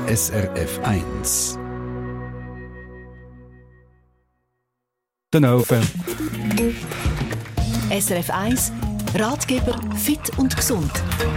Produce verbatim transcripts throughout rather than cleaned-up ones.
S R F eins. Den Ofen. S R F eins, Ratgeber fit und gesund.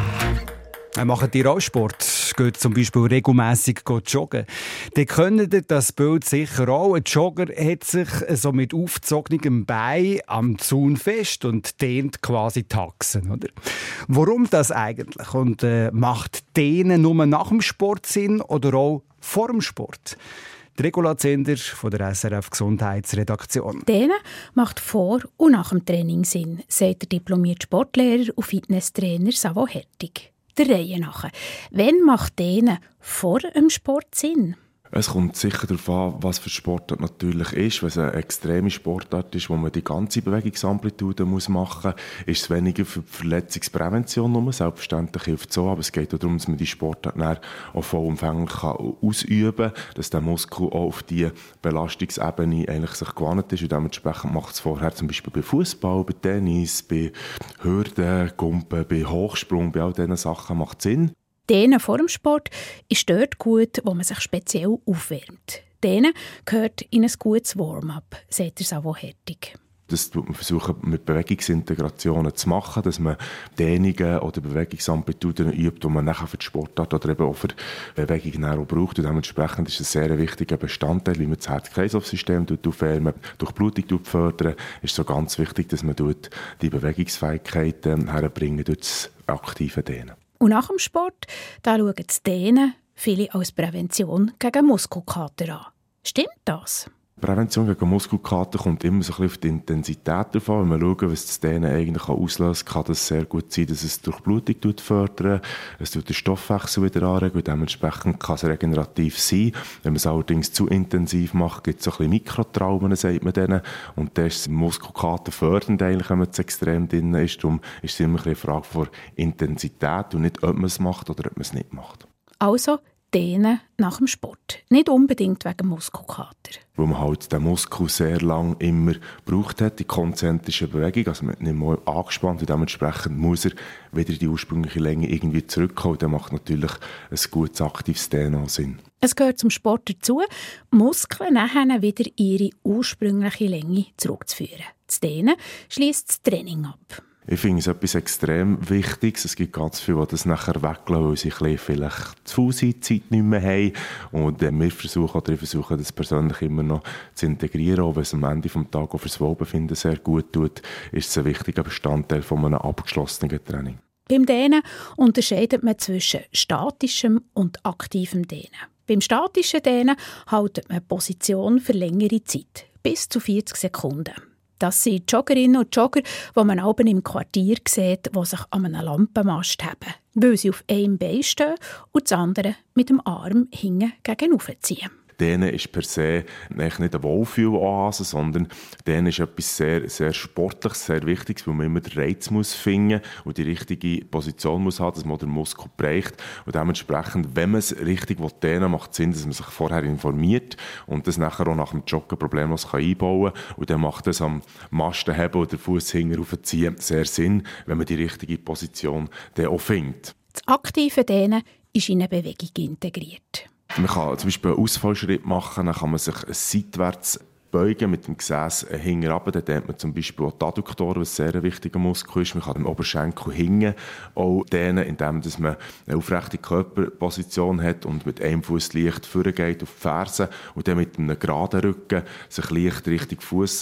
Machen die auch Sport? Geht zum Beispiel regelmässig joggen? Dann kennt ihr das Bild sicher auch. Ein Jogger hat sich so mit aufgezogenem Bein am Zaun fest und dehnt quasi die Haxen, oder? Warum das eigentlich? Und äh, macht Dehnen nur nach dem Sport Sinn oder auch vor dem Sport? Die Regula Zender von der S R F Gesundheitsredaktion. Dehnen macht vor und nach dem Training Sinn, sagt der diplomierte Sportlehrer und Fitnesstrainer Savo Hertig. Der Reihe nach. Wann macht Dehnen vor dem Sport Sinn? Es kommt sicher darauf an, was für Sportart natürlich ist. Wenn es eine extreme Sportart ist, wo man die ganze Bewegungsamplitude machen muss, ist es weniger für die Verletzungsprävention nur. Selbstverständlich hilft es auch, aber es geht auch darum, dass man die Sportart dann auch vollumfänglich ausüben kann, dass der Muskel auch auf diese Belastungsebene eigentlich sich gewandt ist und dementsprechend macht es vorher zum Beispiel bei Fußball, bei Tennis, bei Hürden, Gumpen, bei Hochsprung, bei all diesen Sachen macht es Sinn. Dehnen vor dem Sport ist dort gut, wo man sich speziell aufwärmt. Dehnen gehört in ein gutes Warm-up, sagt der Savo Hertig. Das versucht man versuchen, mit Bewegungsintegrationen zu machen, dass man Dehnungen oder Bewegungsamplituden übt, die man nachher für die Sportart oder eben auch für die Bewegung auch braucht. Und dementsprechend ist es ein sehr wichtiger Bestandteil, wie man das Herz-Kreislauf-System aufwärmen, durch Blutung fördern. Ist so ganz wichtig, dass man die Bewegungsfähigkeit herbringt durch das aktive Dehnen. Und nach dem Sport da schauen das Dehnen viele als Prävention gegen Muskelkater an. Stimmt das? Prävention gegen Muskelkater kommt immer so ein bisschen auf die Intensität drauf an. Wenn wir schauen, was das Dehnen eigentlich auslöst, kann das sehr gut sein, dass es durch Blutung fördert, es tut den Stoffwechsel wieder anregen und dementsprechend kann es regenerativ sein. Wenn man es allerdings zu intensiv macht, gibt es so ein bisschen Mikrotraumen, sagt man denen. Und das ist Muskelkater fördernd eigentlich, wenn man zu extrem drin ist. Darum ist es immer ein bisschen eine Frage von Intensität und nicht, ob man es macht oder ob man es nicht macht. Also Dehnen nach dem Sport. Nicht unbedingt wegen Muskelkater. Weil man halt den Muskel sehr lang immer gebraucht hat, die konzentrische Bewegung. Also man hat nicht mal angespannt und dementsprechend muss er wieder in die ursprüngliche Länge irgendwie zurückkommen. Dann macht natürlich ein gutes, aktives Dehnen Sinn. Es gehört zum Sport dazu, Muskeln nachher wieder ihre ursprüngliche Länge zurückzuführen. Das Dehnen schliesst das Training ab. Ich finde es etwas extrem Wichtiges. Es gibt ganz viele, die das nachher weglassen, weil sie vielleicht zu viel Zeit nicht mehr haben. Und äh, wir versuchen, oder ich versuche, das persönlich immer noch zu integrieren. Auch wenn es am Ende des Tages auch fürs Wohlbefinden sehr gut tut, ist es ein wichtiger Bestandteil von einem abgeschlossenen Training. Beim Dehnen unterscheidet man zwischen statischem und aktivem Dehnen. Beim statischen Dehnen hält man Position für längere Zeit, bis zu vierzig Sekunden. Das sind Joggerinnen und Jogger, die man oben im Quartier sieht, die sich an einem Lampenmast haben, weil sie auf einem Bein stehen und das andere mit dem Arm hinten gegenüberziehen. Dehnen ist per se nicht eine Wohlfühl-Oase, sondern Dehnen ist etwas sehr, sehr Sportliches, sehr Wichtiges, weil man immer den Reiz muss finden und die richtige Position muss haben, dass man den Muskel bereicht. Und dementsprechend, wenn man es richtig dehnen will, macht es Sinn, dass man sich vorher informiert und das nachher auch nach dem Joggen problemlos einbauen kann. Und dann macht es am Mastenheben oder Fuß hinten raufziehen sehr Sinn, wenn man die richtige Position dann auch findet. Das aktive Dehnen ist in eine Bewegung integriert. Man kann zum Beispiel einen Ausfallschritt machen, dann kann man sich seitwärts beugen mit dem Gesäß hinten runter. Dann dehnt man zum Beispiel auch die Adduktoren, was sehr ein wichtiger Muskel ist. Man kann den Oberschenkel hinten auch dehnen, indem man eine aufrechte Körperposition hat und mit einem Fuß leicht vorgeht auf die Fersen und dann mit einem geraden Rücken sich leicht Richtung Fuß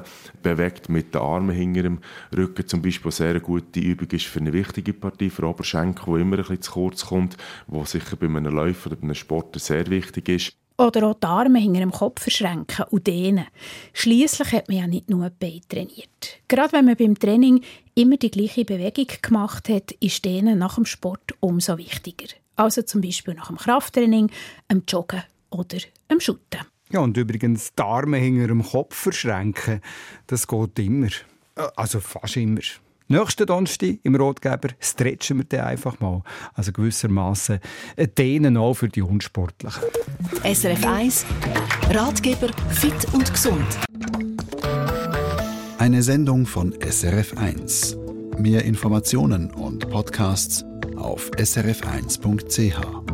bewegt mit den Armen hinter dem Rücken. Zum Beispiel eine sehr gute Übung ist für eine wichtige Partie, für den Oberschenkel, die immer ein bisschen zu kurz kommt, die sicher bei einem Läufer oder bei einem Sportler sehr wichtig ist. Oder auch die Arme hinter dem Kopf verschränken und dehnen. Schliesslich hat man ja nicht nur die Beine trainiert. Gerade wenn man beim Training immer die gleiche Bewegung gemacht hat, ist Dehnen nach dem Sport umso wichtiger. Also zum Beispiel nach dem Krafttraining, dem Joggen oder dem Shooten. Ja, und übrigens die Arme hinter dem Kopf verschränken, das geht immer. Also fast immer. Nächsten Donnerstag im Rotgeber stretchen wir den einfach mal. Also gewissermaßen dehnen auch für die Unsportlichen. S R F eins, Ratgeber fit und gesund. Eine Sendung von S R F eins. Mehr Informationen und Podcasts auf s r f eins punkt c h.